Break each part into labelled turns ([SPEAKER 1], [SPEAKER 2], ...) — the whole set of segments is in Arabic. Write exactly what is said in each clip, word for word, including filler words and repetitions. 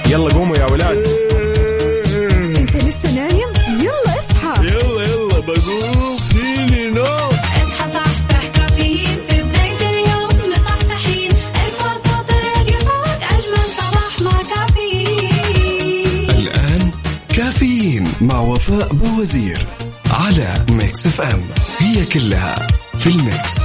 [SPEAKER 1] يلا قوموا يا ولاد.
[SPEAKER 2] انت لسه نايم؟ يلا اصحى.
[SPEAKER 1] يلا يلا بقوم فيني نوم.
[SPEAKER 3] اصحى صحصح كافيين في بداية اليوم مصحصحين. ارفع صوت الراديو فوق أجمل صباح مع كافيين.
[SPEAKER 4] الآن كافيين مع وفاء بوزير على ميكس اف ام. هي كلها في الميكس.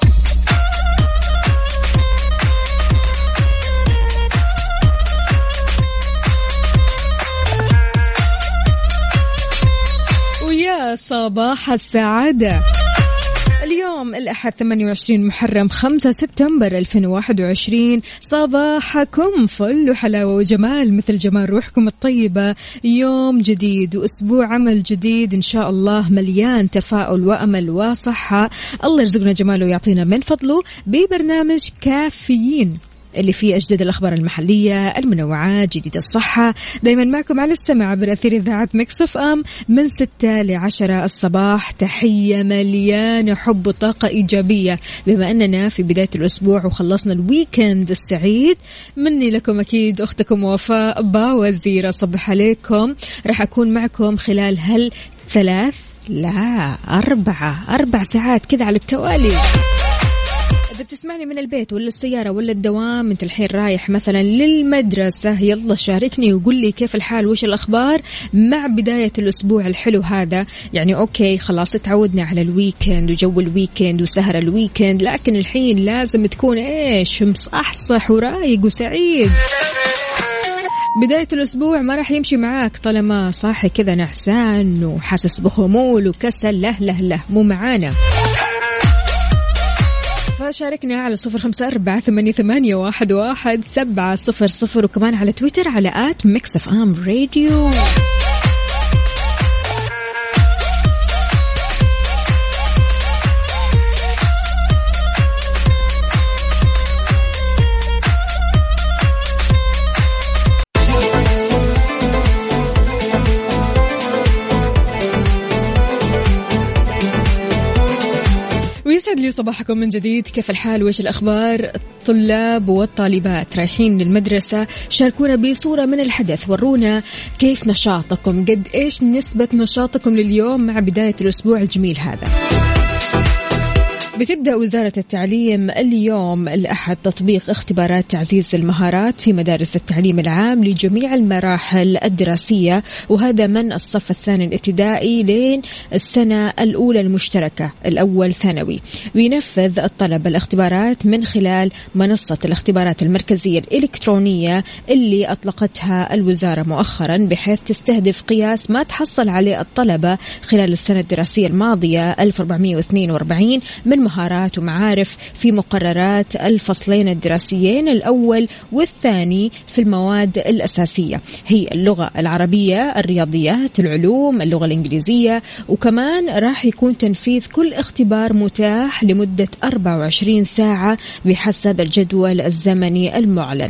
[SPEAKER 2] ويا صباح السعادة. اليوم الأحد ثمانية وعشرين محرم خمسة سبتمبر ألفين وواحد وعشرين. صباحكم فل وحلاوة وجمال مثل جمال روحكم الطيبة. يوم جديد وأسبوع عمل جديد إن شاء الله مليان تفاؤل وأمل وصحة. الله يرزقنا جماله ويعطينا من فضله ببرنامج كافيين اللي فيه أجدد الأخبار المحلية، المنوعات، جديد الصحة. دايما معكم على السمع عبر أثير إذاعة ميكس اف ام من ستة لعشرة الصباح. تحية مليانة حب وطاقة إيجابية بما أننا في بداية الأسبوع وخلصنا الويكند السعيد. مني لكم أكيد أختكم وفاء باوزير. صبح عليكم. رح أكون معكم خلال هل ثلاث لا أربعة أربع ساعات كذا على التوالي. إذا بتسمعني من البيت ولا السيارة ولا الدوام، أنت الحين رايح مثلا للمدرسة، يلا شاركني وقول لي كيف الحال وش الأخبار مع بداية الأسبوع الحلو هذا. يعني أوكي خلاص تعودنا على الويكند وجو الويكند وسهر الويكند، لكن الحين لازم تكون إيش مصحصح ورايق وسعيد. بداية الأسبوع ما راح يمشي معاك طالما صاحي كذا نعسان وحاسس بخمول وكسل. له له له مو معانا. فشاركنا على صفر خمسة أربعة ثمانية ثمانية واحد واحد سبعة صفر صفر، وكمان على تويتر على آت ميكس اف ام راديو. يسعد لي صباحكم من جديد. كيف الحال وإيش الأخبار؟ الطلاب والطالبات رايحين للمدرسة، شاركونا بصورة من الحدث، ورونا كيف نشاطكم، قد إيش نسبة نشاطكم لليوم مع بداية الأسبوع الجميل هذا. بتبدأ وزارة التعليم اليوم الأحد تطبيق اختبارات تعزيز المهارات في مدارس التعليم العام لجميع المراحل الدراسية، وهذا من الصف الثاني الابتدائي لين السنة الأولى المشتركة الأول ثانوي. وينفذ الطلبة الاختبارات من خلال منصة الاختبارات المركزية الإلكترونية اللي أطلقتها الوزارة مؤخرا، بحيث تستهدف قياس ما تحصل عليه الطلبة خلال السنة الدراسية الماضية ألف وأربعمائة واثنين وأربعين من مهارات ومعارف في مقررات الفصلين الدراسيين الأول والثاني في المواد الأساسية، هي اللغة العربية، الرياضيات، العلوم، اللغة الإنجليزية. وكمان راح يكون تنفيذ كل اختبار متاح لمدة أربعة وعشرين ساعة بحسب الجدول الزمني المعلن.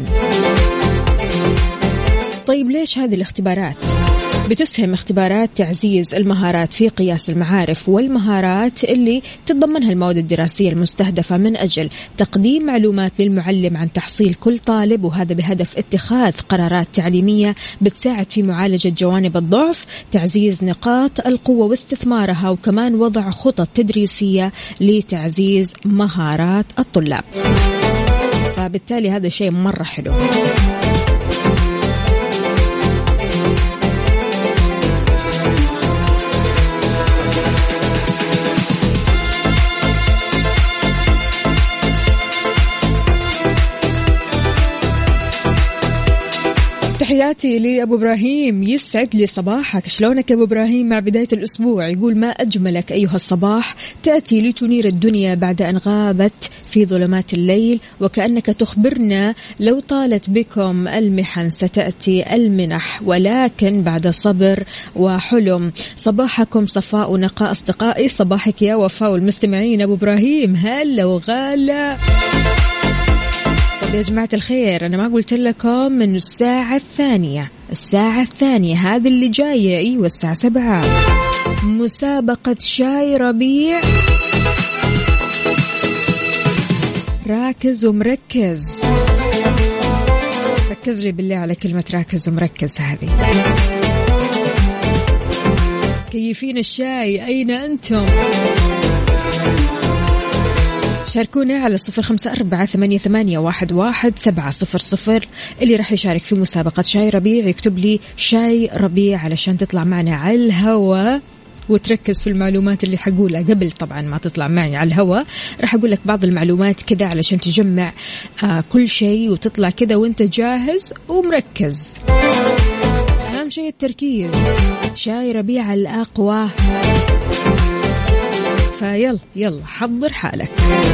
[SPEAKER 2] طيب ليش هذه الاختبارات؟ بتسهم اختبارات تعزيز المهارات في قياس المعارف والمهارات اللي تتضمنها المواد الدراسية المستهدفة من أجل تقديم معلومات للمعلم عن تحصيل كل طالب، وهذا بهدف اتخاذ قرارات تعليمية بتساعد في معالجة جوانب الضعف، تعزيز نقاط القوة واستثمارها، وكمان وضع خطط تدريسية لتعزيز مهارات الطلاب. فبالتالي هذا شيء مرة حلو. تحياتي لأبو إبراهيم، يسعد لي صباحك. شلونك أبو إبراهيم مع بداية الأسبوع؟ يقول ما أجملك أيها الصباح، تأتي لتنير الدنيا بعد أن غابت في ظلمات الليل، وكأنك تخبرنا لو طالت بكم المحن ستأتي المنح، ولكن بعد صبر وحلم. صباحكم صفاء ونقاء أصدقائي. صباحك يا وفاء والمستمعين. أبو إبراهيم هلا وغالا. يا جماعة الخير، أنا ما قلت لكم من الساعة الثانية الساعة الثانية هذه اللي جاية، أيوة الساعة سبعة، مسابقة شاي ربيع. ركز ومركز، ركز لي بالله على كلمة راكز ومركز هذه. كيفين الشاي؟ أين أنتم؟ شاركونا على صفر خمسة أربعة ثمانية ثمانية واحد واحد سبعة صفر صفر. اللي راح يشارك في مسابقة شاي ربيع يكتب لي شاي ربيع علشان تطلع معنا على الهواء وتركز في المعلومات اللي حقولها قبل طبعا ما تطلع معي على الهواء. راح أقول لك بعض المعلومات كذا علشان تجمع آه كل شيء وتطلع كذا وانت جاهز ومركز. أهم شيء التركيز. شاي ربيع الأقوى. فيلا يلا حضر حالك.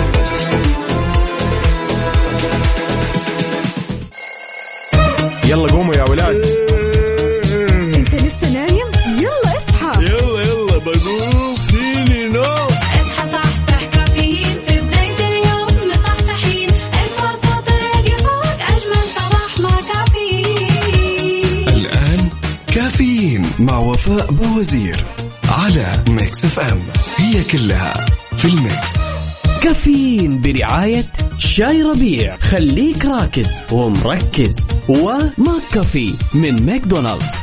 [SPEAKER 1] يلا قوموا يا ولاد.
[SPEAKER 2] انت لسه نايم؟ يلا اصحى.
[SPEAKER 1] يلا يلا بقوم فيني نوم.
[SPEAKER 3] اصحى صحصح كافيين في بداية اليوم مصحصحين ارفع صوت الراديو فوق أجمل صباح مع كافيين.
[SPEAKER 4] الآن كافيين مع وفاء بوزير على ميكس اف ام. هي كلها في الميكس.
[SPEAKER 5] كافيين برعاية شاي ربيع. خليك راكز ومركز. وماك كافي من ماكدونالدز.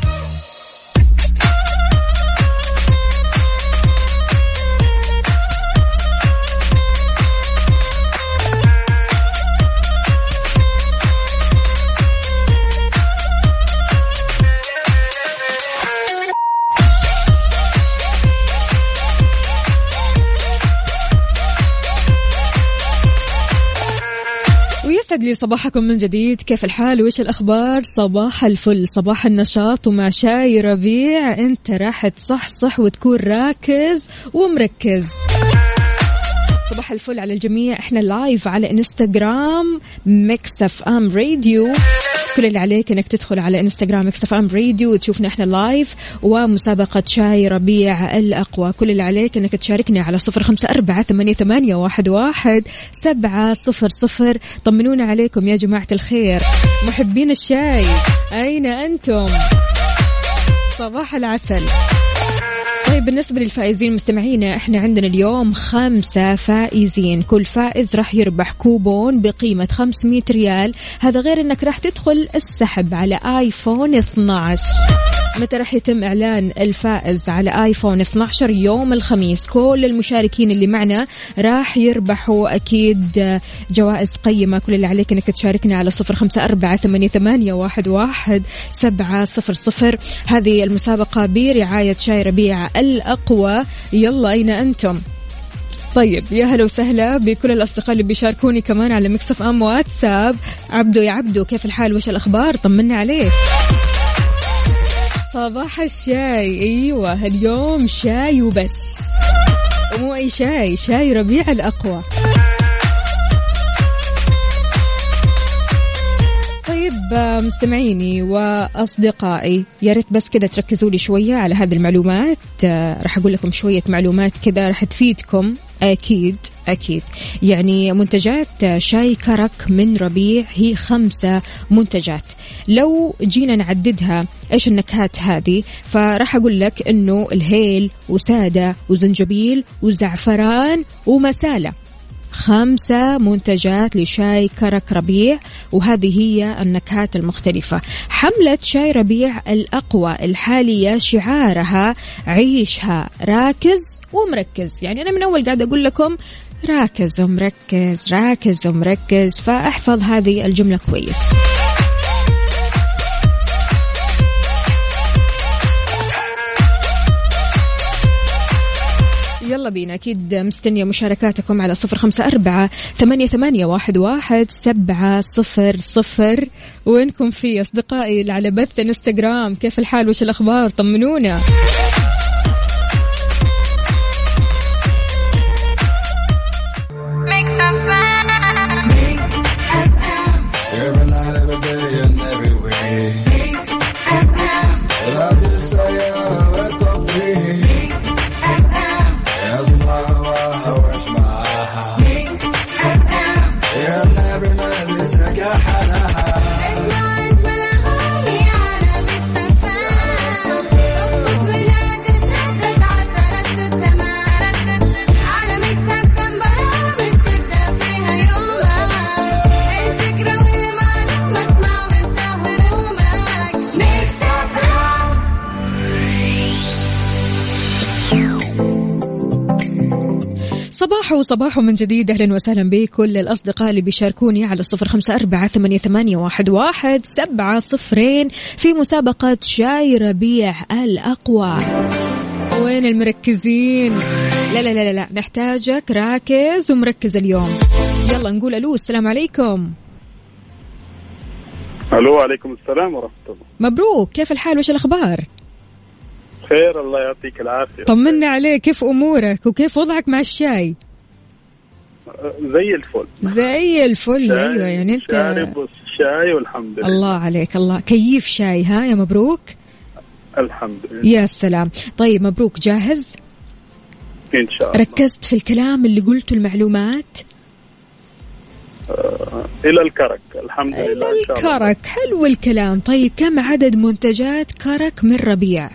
[SPEAKER 2] يسعد لي صباحكم من جديد. كيف الحال وإيش الأخبار؟ صباح الفل، صباح النشاط، ومع شاي ربيع أنت راح تصحصح وتكون راكز ومركز. صباح الفل على الجميع. احنا لايف على انستغرام ميكس اف ام راديو. كل اللي عليك انك تدخل على انستغرام ميكس اف ام راديو وتشوفنا احنا لايف. ومسابقة شاي ربيع الأقوى كل اللي عليك انك تشاركنا على صفر خمسة أربعة ثمانية ثمانية واحد واحد سبعة صفر صفر. طمنونا عليكم يا جماعة الخير. محبين الشاي أين أنتم؟ صباح العسل. طيب بالنسبة للفائزين مستمعينا احنا عندنا اليوم خمسة فائزين. كل فائز راح يربح كوبون بقيمة خمسمية ريال. هذا غير انك راح تدخل السحب على آيفون اثني عشر. متى راح يتم إعلان الفائز على آيفون اثني عشر؟ يوم الخميس. كل المشاركين اللي معنا راح يربحوا أكيد جوائز قيمة. كل اللي عليك أنك تشاركنا على صفر خمسة أربعة ثمانية ثمانية واحد واحد سبعة صفر صفر. هذه المسابقة برعاية شاي ربيع الأقوى. يلا أين أنتم؟ طيب يا هلا وسهلا بكل الأصدقاء اللي بيشاركوني كمان على ميكس اف ام واتساب. عبدو يا عبدو كيف الحال وش الأخبار؟ طمنا عليك. صباح الشاي. أيوة اليوم شاي وبس ومو أي شاي، شاي ربيع الأقوى. طيب مستمعيني وأصدقائي يا ريت بس كده تركزوا لي شوية على هذه المعلومات. راح أقول لكم شوية معلومات كده راح تفيدكم أكيد أكيد. يعني منتجات شاي كرك من ربيع هي خمسة منتجات. لو جينا نعددها إيش النكهات هذه فراح أقول لك إنه الهيل وسادة وزنجبيل وزعفران ومسالة. خمسة منتجات لشاي كرك ربيع وهذه هي النكهات المختلفة. حملة شاي ربيع الأقوى الحالية شعارها عيشها راكز ومركز. يعني أنا من أول قاعدة أقول لكم راكز ومركز راكز ومركز، فاحفظ هذه الجملة كويس. يلا بينا أكيد مستنية مشاركاتكم على صفر خمسة أربعة ثمانية ثمانية واحد واحد سبعة صفر صفر. وينكم في أصدقائي اللي على بث انستغرام؟ كيف الحال وش الأخبار؟ طمنونا.
[SPEAKER 3] حلاها
[SPEAKER 2] صباحو صباحو من جديد. أهلا وسهلا بكل الأصدقاء اللي بيشاركوني على الصفر خمسة أربعة ثمانية ثمانية واحد واحد سبعة صفرين في مسابقة شاي ربيع الأقوى. وين المركزين؟ لا لا لا لا نحتاجك راكز ومركز اليوم. يلا نقول ألو. السلام عليكم.
[SPEAKER 6] الو عليكم السلام ورحمه الله.
[SPEAKER 2] مبروك، كيف الحال وش الأخبار؟
[SPEAKER 6] خير الله يعطيك العافيه.
[SPEAKER 2] طمنا عليك، كيف أمورك وكيف وضعك مع الشاي؟
[SPEAKER 6] زي الفل
[SPEAKER 2] زي الفل. ايوه يعني انت
[SPEAKER 6] شارب الشاي والحمد لله.
[SPEAKER 2] الله عليك، الله كيف شاي. ها يا مبروك.
[SPEAKER 6] الحمد لله.
[SPEAKER 2] يا سلام. طيب مبروك، جاهز؟
[SPEAKER 6] ان شاء الله.
[SPEAKER 2] ركزت في الكلام اللي قلته المعلومات؟
[SPEAKER 6] آه الى الكرك الحمد لله.
[SPEAKER 2] الى الكرك. حلو الكلام. طيب كم عدد منتجات كرك من ربيع؟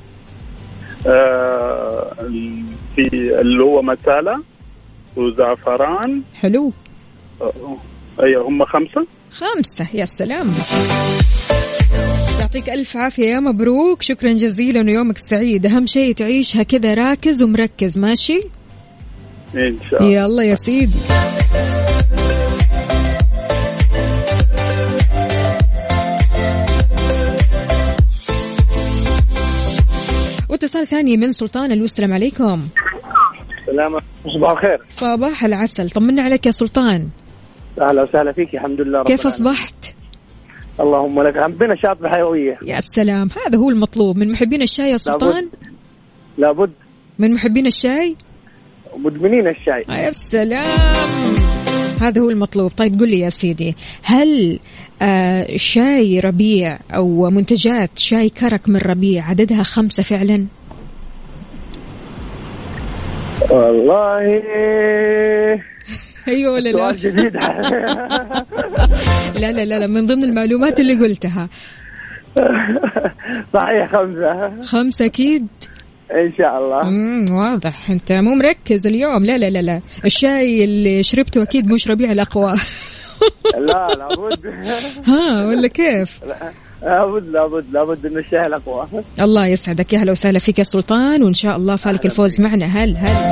[SPEAKER 6] آه في اللي هو مسالة وزعفران.
[SPEAKER 2] حلو.
[SPEAKER 6] آه ايوه هم خمسة.
[SPEAKER 2] خمسة. يا سلام. يعطيك ألف عافية يا مبروك. شكرا جزيلا ويومك سعيد. أهم شيء تعيشها كذا راكز ومركز. ماشي
[SPEAKER 6] إن شاء الله.
[SPEAKER 2] يلا يا سيدي. واتصال ثاني من سلطان. الو السلام عليكم.
[SPEAKER 7] السلام. صباح الخير.
[SPEAKER 2] صباح العسل. طمنا عليك يا سلطان.
[SPEAKER 7] أهلا وسهلا فيك. الحمد لله.
[SPEAKER 2] كيف أصبحت؟
[SPEAKER 7] اللهم لك الحمد. شاطبة حيوية.
[SPEAKER 2] يا سلام، هذا هو المطلوب من محبين الشاي يا سلطان.
[SPEAKER 7] لابد, لابد.
[SPEAKER 2] من محبين الشاي
[SPEAKER 7] مدمنين الشاي.
[SPEAKER 2] يا سلام، هذا هو المطلوب. طيب قل لي يا سيدي، هل آه شاي ربيع أو منتجات شاي كرك من ربيع عددها خمسة فعلا؟
[SPEAKER 7] والله
[SPEAKER 2] أيوة ولا لا؟
[SPEAKER 7] جديد.
[SPEAKER 2] لا لا لا لا من ضمن المعلومات اللي قلتها.
[SPEAKER 7] صحيح خمسة.
[SPEAKER 2] خمسة أكيد
[SPEAKER 7] إن شاء الله.
[SPEAKER 2] امم واضح أنت مو مركز اليوم. لا لا لا لا الشاي اللي شربته أكيد مش ربيع الأقوى.
[SPEAKER 7] لا لابد.
[SPEAKER 2] ها ولا كيف؟
[SPEAKER 7] لابد لابد لابد إنه الشاي الأقوى.
[SPEAKER 2] الله يسعدك. يا هلا وسهلا فيك يا سلطان، وإن شاء الله فالك الفوز معنا. هل هل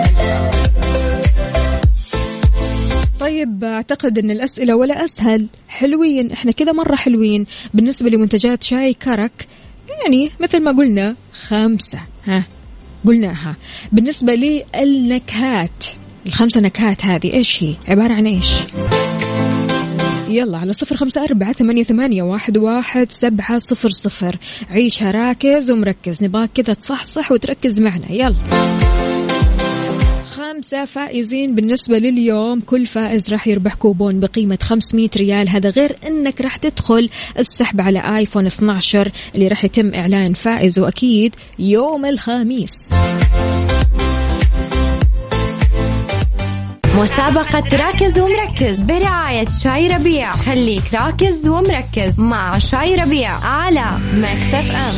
[SPEAKER 2] طيب أعتقد أن الأسئلة ولا أسهل. حلوين إحنا كذا مرة حلوين بالنسبة لمنتجات شاي كرك. يعني مثل ما قلنا خمسة. ها قلناها. بالنسبة للنكهات، الخمسة نكهات هذه إيش هي؟ عبارة عن إيش؟ يلا على صفر خمسة أربعة ثمانية ثمانية واحد واحد سبعة صفر صفر. عيشها راكز ومركز. نباك كذا تصحصح وتركز معنا. يلا خمسة فائزين بالنسبة لليوم. كل فائز راح يربح كوبون بقيمة خمسمية ريال. هذا غير أنك راح تدخل السحب على آيفون اثنا عشر اللي راح يتم إعلان فائزه أكيد يوم الخميس.
[SPEAKER 8] مسابقة راكز ومركز برعاية شاي ربيع. خليك راكز ومركز مع شاي ربيع على ميكس اف ام.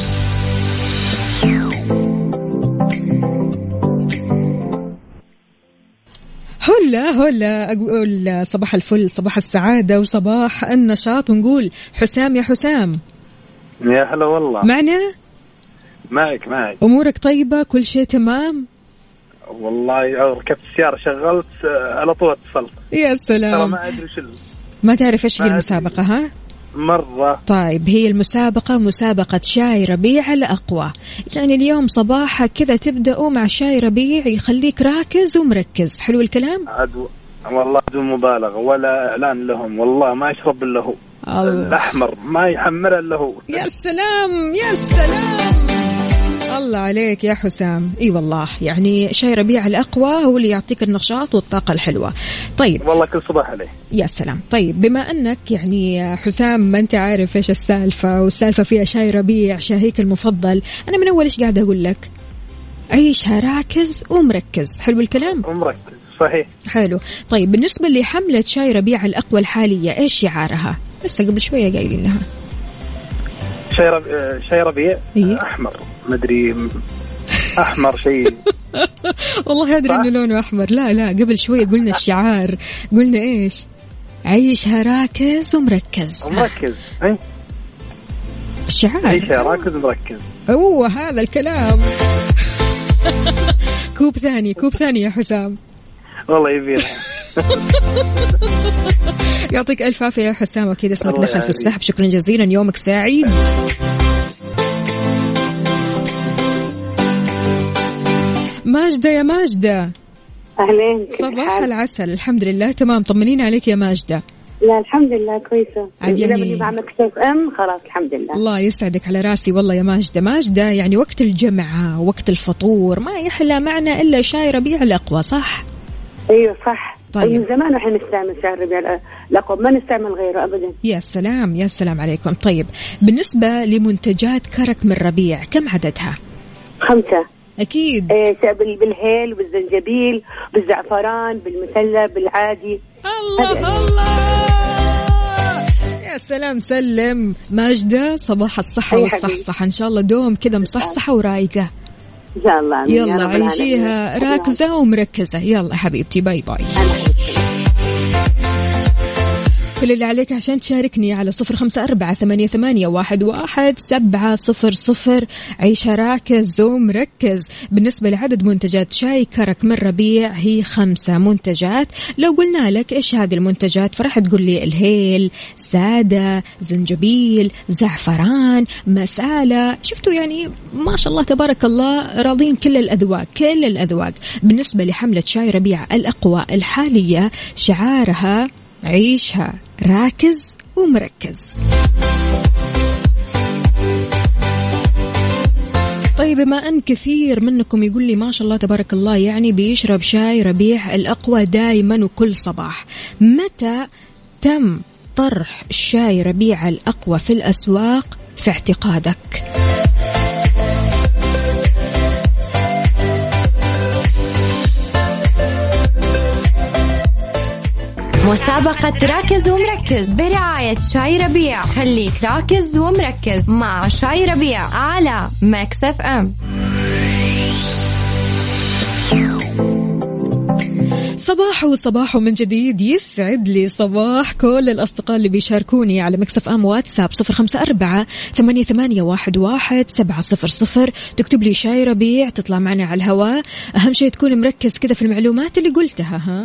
[SPEAKER 2] هلا هلا أقول صباح الفل، صباح السعادة وصباح النشاط. ونقول حسام يا حسام.
[SPEAKER 7] يا هلا والله.
[SPEAKER 2] معنا؟
[SPEAKER 7] معك معك.
[SPEAKER 2] أمورك طيبة؟ كل شيء تمام؟
[SPEAKER 7] والله ركبت السيارة شغلت على طول اتصلت.
[SPEAKER 2] يا سلام.
[SPEAKER 7] ترى ما أدري شو.
[SPEAKER 2] ما تعرف إيش هي المسابقة؟ ها؟
[SPEAKER 7] مرة.
[SPEAKER 2] طيب هي المسابقة مسابقة شاي ربيع الأقوى. يعني اليوم صباحا كذا تبدأوا مع شاي ربيع يخليك راكز ومركز. حلو الكلام؟
[SPEAKER 7] عدو. والله بدون مبالغة ولا إعلان لهم. والله ما يشرب إلا هو. الأحمر ما يحمر إلا هو.
[SPEAKER 2] يا سلام يا سلام، الله عليك يا حسام. اي والله يعني شاي ربيع الأقوى هو اللي يعطيك النشاط والطاقة الحلوة. طيب
[SPEAKER 7] والله كل صباح عليه.
[SPEAKER 2] يا سلام. طيب بما أنك يعني حسام ما أنت عارف إيش السالفة، والسالفة فيها شاي ربيع شاهيك المفضل، أنا من أول إيش قاعدة أقول لك؟ عيشها راكز ومركز. حلو الكلام؟
[SPEAKER 7] ومركز صحيح.
[SPEAKER 2] حلو. طيب بالنسبة لحملة شاي ربيع الأقوى الحالية إيش شعارها؟ لسه قبل شوية قايلين لها.
[SPEAKER 7] شاي ربيع. شاي ربيع
[SPEAKER 2] إيه؟
[SPEAKER 7] أحمر مدري أحمر شيء.
[SPEAKER 2] والله أدري إنه لونه أحمر. لا لا قبل شوية قلنا الشعار، قلنا إيش؟ عيشها راكز ومركز.
[SPEAKER 7] ومركز أي
[SPEAKER 2] الشعار.
[SPEAKER 7] عيشها راكز ومركز.
[SPEAKER 2] هو هذا الكلام. كوب ثاني كوب ثاني يا حسام.
[SPEAKER 7] والله يبيلها.
[SPEAKER 2] يعطيك ألف عافية يا حسام، أكيد اسمك دخل في السحب. شكرا جزيلا، يومك سعيد. ماجدة يا ماجدة،
[SPEAKER 9] أهلين.
[SPEAKER 2] صباح العسل. الحمد لله تمام، طمنين عليك يا ماجدة.
[SPEAKER 9] لا الحمد لله كويسة.
[SPEAKER 2] عاد يعني
[SPEAKER 9] مع مكسف أم خلاص الحمد لله.
[SPEAKER 2] الله يسعدك على راسي والله يا ماجدة. ماجدة يعني وقت الجمعة وقت الفطور ما يحلى معنا إلا شاي ربيع الأقوى، صح؟
[SPEAKER 9] أيوة صح.
[SPEAKER 2] طيب.
[SPEAKER 9] من زمان احنا نستعمل شاي ربيع الأقوى، ما نستعمل غيره أبدا.
[SPEAKER 2] يا سلام يا سلام عليكم. طيب بالنسبة لمنتجات كرك من ربيع كم عددها؟
[SPEAKER 9] خمسة
[SPEAKER 2] أكيد.
[SPEAKER 9] إيه بالهيل بالزنجبيل بالزعفران بالمسلة بالعادي.
[SPEAKER 2] الله الله يا سلام. سلم ماجدة، صباح الصحة والصحصحة إن شاء الله، دوم كذا مصحصحة ورايقة
[SPEAKER 9] إن شاء الله.
[SPEAKER 2] يلا عيشيها راكزة ومركزة. يلا حبيبتي، باي باي. كل اللي عليك عشان تشاركني على صفر خمسة أربعة ثمانية ثمانية واحد واحد سبعة صفر صفر. عيشها راكز ومركز. بالنسبة لعدد منتجات شاي كرك من ربيع هي خمسة منتجات. لو قلنا لك إيش هذه المنتجات فرح تقول لي الهيل، سادة، زنجبيل، زعفران، مسالة. شفتوا يعني ما شاء الله تبارك الله راضين كل الأذواق كل الأذواق. بالنسبة لحملة شاي ربيع الأقوى الحالية شعارها عيشها راكز ومركز. طيب بما أن كثير منكم يقول لي ما شاء الله تبارك الله يعني بيشرب شاي ربيع الأقوى دائما وكل صباح، متى تم طرح الشاي ربيع الأقوى في الأسواق في اعتقادك؟
[SPEAKER 8] مسابقة راكز ومركز برعاية شاي ربيع. خليك راكز ومركز مع شاي ربيع على ميكس اف ام.
[SPEAKER 2] صباح وصباح من جديد، يسعد لي صباح كل الأصدقاء اللي بيشاركوني على ميكس اف ام واتساب صفر خمسة أربعة ثمانية ثمانية واحد واحد سبعة صفر صفر. تكتب لي شاي ربيع تطلع معنا على الهواء. أهم شيء تكون مركز كذا في المعلومات اللي قلتها. ها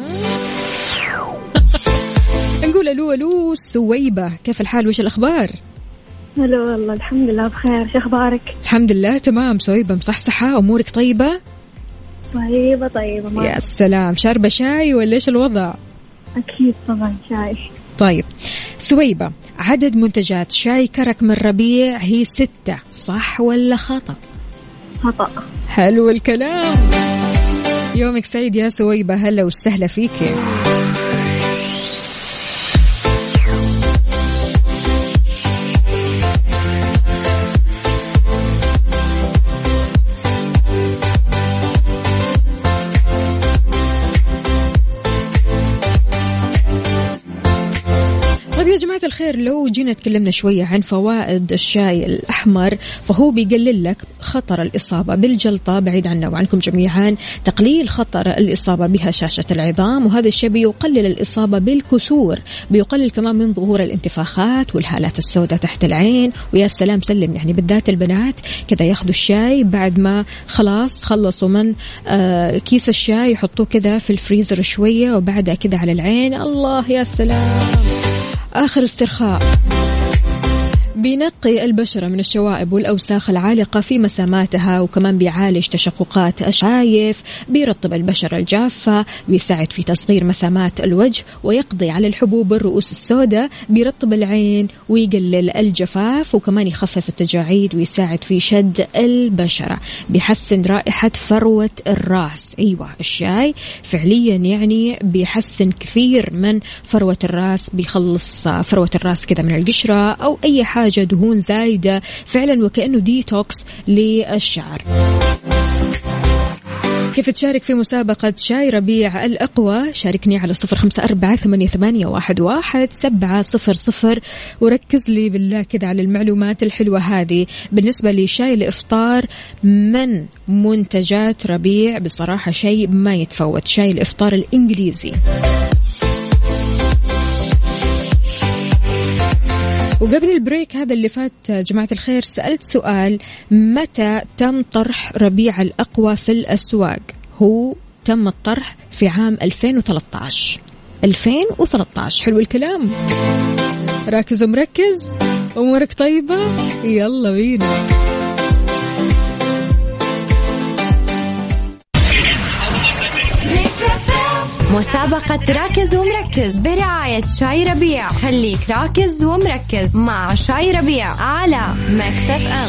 [SPEAKER 2] نقول ألو ألو سويبة، كيف الحال وش الأخبار؟
[SPEAKER 10] ألو والله الحمد لله بخير، شو أخبارك؟
[SPEAKER 2] الحمد لله تمام. سويبة مصحصحة، أمورك طيبة؟
[SPEAKER 10] طيبة طيبة ما
[SPEAKER 2] يا سلام. شاربة شاي ولا إيش الوضع؟
[SPEAKER 10] أكيد طبعا شاي.
[SPEAKER 2] طيب سويبة، عدد منتجات شاي كرك من ربيع هي ستة، صح ولا خطأ؟
[SPEAKER 10] خطأ.
[SPEAKER 2] حلو الكلام. يومك سعيد يا سويبة، هلا وسهلا فيكي. يا جماعة الخير، لو جينا تكلمنا شوية عن فوائد الشاي الأحمر، فهو بيقلل لك خطر الإصابة بالجلطة، بعيد عنا وعنكم جميعا، تقليل خطر الإصابة بهشاشة العظام، وهذا الشيء بيقلل الإصابة بالكسور، بيقلل كمان من ظهور الانتفاخات والهالات السوداء تحت العين. ويا سلام سلم يعني بالذات البنات كذا ياخدوا الشاي بعد ما خلاص خلصوا من آه كيس الشاي، يحطوه كذا في الفريزر شوية وبعدها كذا على العين. الله يا سلام، آخر استرخاء. بينقي البشرة من الشوائب والأوساخ العالقة في مساماتها، وكمان بيعالج تشققات الشايف، بيرطب البشرة الجافة، بيساعد في تصغير مسامات الوجه، ويقضي على الحبوب والرؤوس السوداء، بيرطب العين ويقلل الجفاف، وكمان يخفف التجاعيد ويساعد في شد البشرة، بيحسن رائحة فروة الرأس. أيوة الشاي فعليا يعني بيحسن كثير من فروة الرأس، بيخلص فروة الرأس كذا من القشرة أو أي حاجة دهون زايدة فعلا، وكأنه ديتوكس للشعر. كيف تشارك في مسابقة شاي ربيع الأقوى؟ شاركني على صفر خمسة أربعة ثمانية ثمانية واحد واحد سبعة صفر صفر، وركز لي بالله كده على المعلومات الحلوة هذه. بالنسبة لشاي الإفطار من منتجات ربيع بصراحة شيء ما يتفوت، شاي الإفطار الإنجليزي. وقبل البريك هذا اللي فات جماعة الخير سألت سؤال: متى تم طرح ربيع الأقوى في الأسواق؟ هو تم الطرح في عام ألفين وثلاثة عشر. ألفين وثلاثة عشر. حلو الكلام. راكز ومركز، أمورك طيبة، يلا بينا.
[SPEAKER 8] مسابقة راكز ومركز برعاية شاي ربيع. خليك راكز ومركز مع شاي ربيع على ميكس اف ام.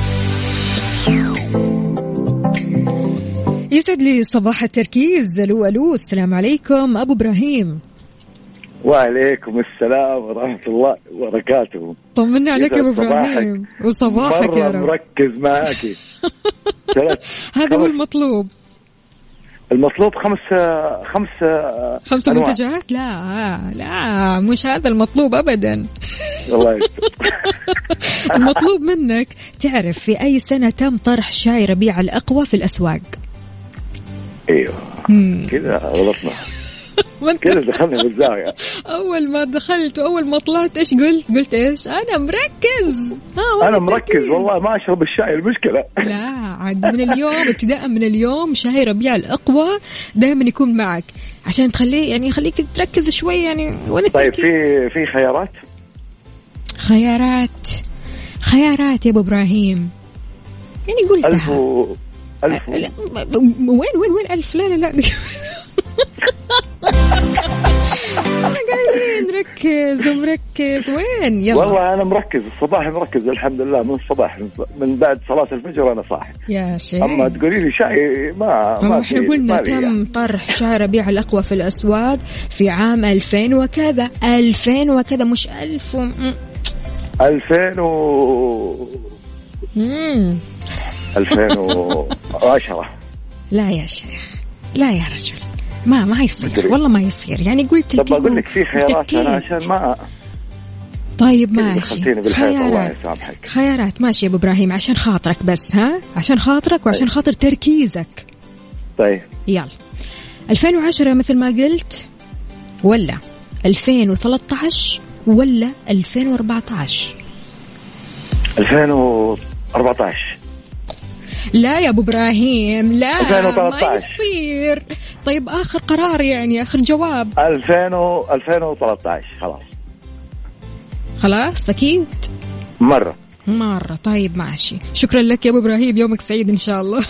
[SPEAKER 2] يسعد لي صباح التركيز. الو الو، السلام عليكم ابو ابراهيم.
[SPEAKER 11] وعليكم السلام ورحمة الله وبركاته.
[SPEAKER 2] طمنا عليك يا ابو ابراهيم وصباحك يا رب.
[SPEAKER 11] مركز معاكي.
[SPEAKER 2] هذا هو المطلوب.
[SPEAKER 11] المطلوب خمس خمس
[SPEAKER 2] خمس منتجات. لا لا مش هذا المطلوب ابدا.
[SPEAKER 11] الله
[SPEAKER 2] المطلوب منك تعرف في اي سنة تم طرح شاي ربيع الأقوى في الأسواق.
[SPEAKER 11] ايوه كذا غلطنا. كذا دخلنا بالزاوية.
[SPEAKER 2] أول ما دخلت وأول ما طلعت إيش قلت؟ قلت إيش؟ أنا مركز.
[SPEAKER 11] آه أنا مركز والله ما أشرب الشاي المشكلة.
[SPEAKER 2] لا عاد من اليوم ابتداء من اليوم شاي ربيع الأقوى دائما يكون معك عشان تخليه يعني يخليك تركز شوي يعني. وين
[SPEAKER 11] طيب في في خيارات؟
[SPEAKER 2] خيارات خيارات يا أبو إبراهيم يعني قلتها.
[SPEAKER 11] ألف و... ألف و...
[SPEAKER 2] وين وين وين ألف؟ لا لا لا قاعدين نركز ومركز. وين يلا؟
[SPEAKER 11] والله أنا مركز الصباح، مركز الحمد لله من الصباح، من بعد صلاة الفجر أنا صاحي
[SPEAKER 2] يا شيخ.
[SPEAKER 11] أما تقولي لي شاي ما ما
[SPEAKER 2] احنا قلنا تم طرح شاي ربيع الأقوى في الأسواق في عام ألفين وكذا. ألفين وكذا مش ألف و...
[SPEAKER 11] ألفين و ألفين وعشرة.
[SPEAKER 2] لا يا شيخ لا يا رجل ما ما يصير والله ما يصير يعني. قلت
[SPEAKER 11] طب أقول لك في خيارات أنا عشان ما.
[SPEAKER 2] طيب ماشي
[SPEAKER 11] خيارات.
[SPEAKER 2] خيارات ماشي يا أبو إبراهيم عشان خاطرك بس. ها عشان خاطرك وعشان خاطر تركيزك.
[SPEAKER 11] طيب
[SPEAKER 2] يلا ألفين وعشرة مثل ما قلت ولا ألفين وثلاثة عشر ولا ألفين وأربعة عشر؟
[SPEAKER 11] ألفين وأربعة عشر.
[SPEAKER 2] لا يا أبو إبراهيم لا
[SPEAKER 11] ألفين وثلاثة عشر.
[SPEAKER 2] ما يصير. طيب آخر قرار يعني آخر جواب.
[SPEAKER 11] ألفين و ألفين وثلاثة عشر. خلاص
[SPEAKER 2] خلاص أكيد
[SPEAKER 11] مرة
[SPEAKER 2] مرة. طيب ماشي شكرا لك يا أبو إبراهيم يومك سعيد إن شاء الله.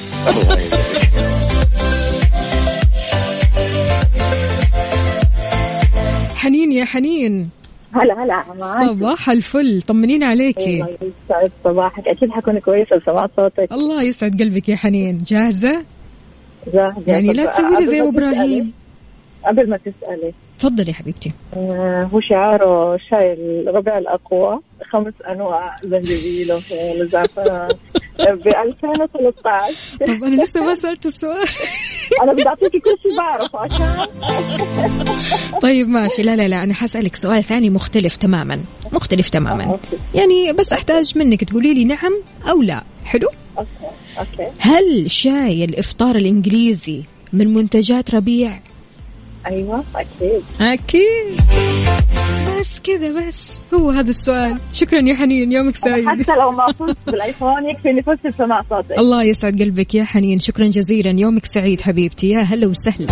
[SPEAKER 2] حنين يا حنين.
[SPEAKER 10] هلا هلا
[SPEAKER 2] صباح الفل طمنين عليكي.
[SPEAKER 10] الله يسعد صباحك. أكيد حكون كويسة سمعت صوتك.
[SPEAKER 2] الله يسعد قلبك يا حنين. جاهزة؟
[SPEAKER 10] جاهزة
[SPEAKER 2] يعني لا تسوي لي زي أبو إبراهيم.
[SPEAKER 10] قبل ما تسألي
[SPEAKER 2] تفضلي يا حبيبتي.
[SPEAKER 10] آه هو شعاره شاي الربيع الأقوى خمس أنواع زنجبيل وزعفران ب ألفين وثلاثة عشر.
[SPEAKER 2] طب أنا لسه ما سألت السؤال.
[SPEAKER 10] أنا بدي أعطيكي كل شيء بعرفه عشان.
[SPEAKER 2] طيب ماشي. لا لا لا أنا حسألك سؤال ثاني مختلف تماما مختلف تماما يعني بس أحتاج منك تقولي لي نعم أو لا. حلو
[SPEAKER 10] أوكي. أوكي.
[SPEAKER 2] هل شاي الإفطار الإنجليزي من منتجات ربيع؟
[SPEAKER 10] أيوة أكيد
[SPEAKER 2] أكيد. بس كذا بس هو هذا السؤال. شكرا يا حنين يومك سعيد.
[SPEAKER 10] حتى لو ما فزت بالآيفون يكفيني فزت بسماع صوتك.
[SPEAKER 2] الله يسعد قلبك يا حنين شكرا جزيلا يومك سعيد حبيبتي. يا هلا وسهلا.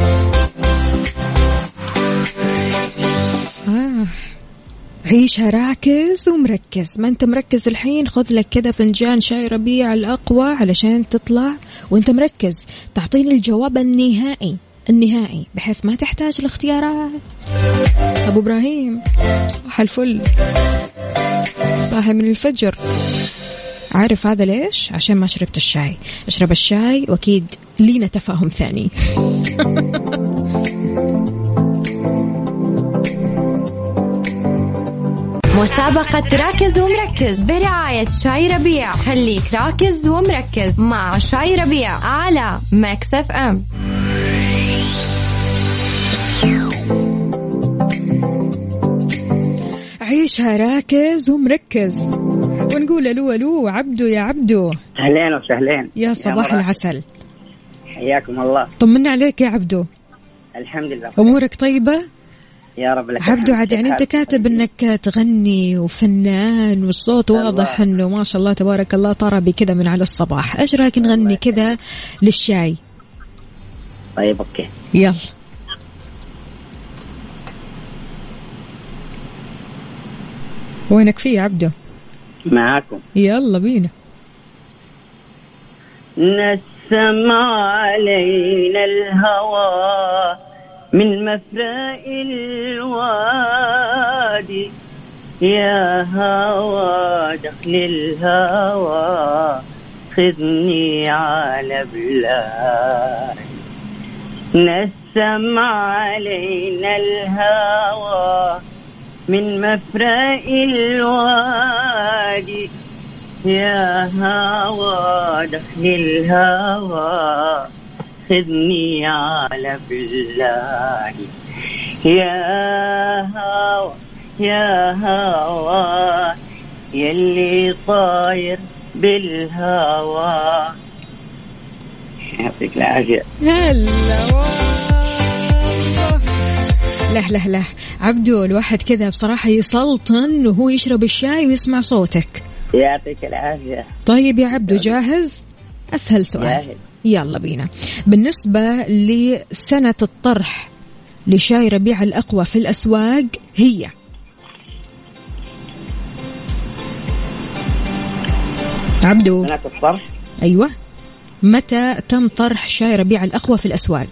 [SPEAKER 2] آه. عيشها راكز ومركز. ما انت مركز الحين خذ لك كذا فنجان شاي ربيع الأقوى علشان تطلع وانت مركز تعطيني الجواب النهائي النهائي بحيث ما تحتاج الاختيارات. أبو إبراهيم صباح الفل صاحي من الفجر. عارف هذا ليش؟ عشان ما شربت الشاي. اشرب الشاي وأكيد لينا تفاهم ثاني.
[SPEAKER 8] مسابقة راكز ومركز برعاية شاي ربيع. خليك راكز ومركز مع شاي ربيع على ميكس اف ام.
[SPEAKER 2] عيشها راكز ومركز ونقول الو الو عبدو يا عبدو.
[SPEAKER 12] اهلين وسهلين
[SPEAKER 2] يا صباح العسل.
[SPEAKER 12] حياكم الله.
[SPEAKER 2] طمنا عليك يا عبدو.
[SPEAKER 12] الحمد لله
[SPEAKER 2] امورك طيبة
[SPEAKER 12] يا رب. لك
[SPEAKER 2] عبدو عاد يعني انت كاتب انك تغني وفنان والصوت واضح انه ما شاء الله تبارك الله طربي كذا من على الصباح. ايش رايك نغني كذا للشاي؟
[SPEAKER 12] طيب أوكي
[SPEAKER 2] يلا. وينك فيه يا عبدو؟
[SPEAKER 12] معاكم.
[SPEAKER 2] يلا بينا.
[SPEAKER 12] نسم علينا الهوى من مفرق الوادي، يا هوى دخل الهوى خذني على بلاد. نسم علينا الهوى من مفرق الوادي، يا هوى دخل الهوى خذني على بلادي. يا هوى يا هوى يلي طاير بالهوى. يعطيك العافية.
[SPEAKER 2] هلا لا لا لا عبدو، الواحد كذا بصراحة يسلطن وهو يشرب الشاي ويسمع صوتك.
[SPEAKER 12] يعطيك العافية.
[SPEAKER 2] طيب يا عبدو جاهز؟ أسهل سؤال.
[SPEAKER 12] جاهز.
[SPEAKER 2] يلا بينا. بالنسبة لسنة الطرح لشاي ربيع الأقوى في الأسواق هي عبدو.
[SPEAKER 12] سنة الطرح.
[SPEAKER 2] أيوة، متى تم طرح شاي ربيع الأقوى في الأسواق؟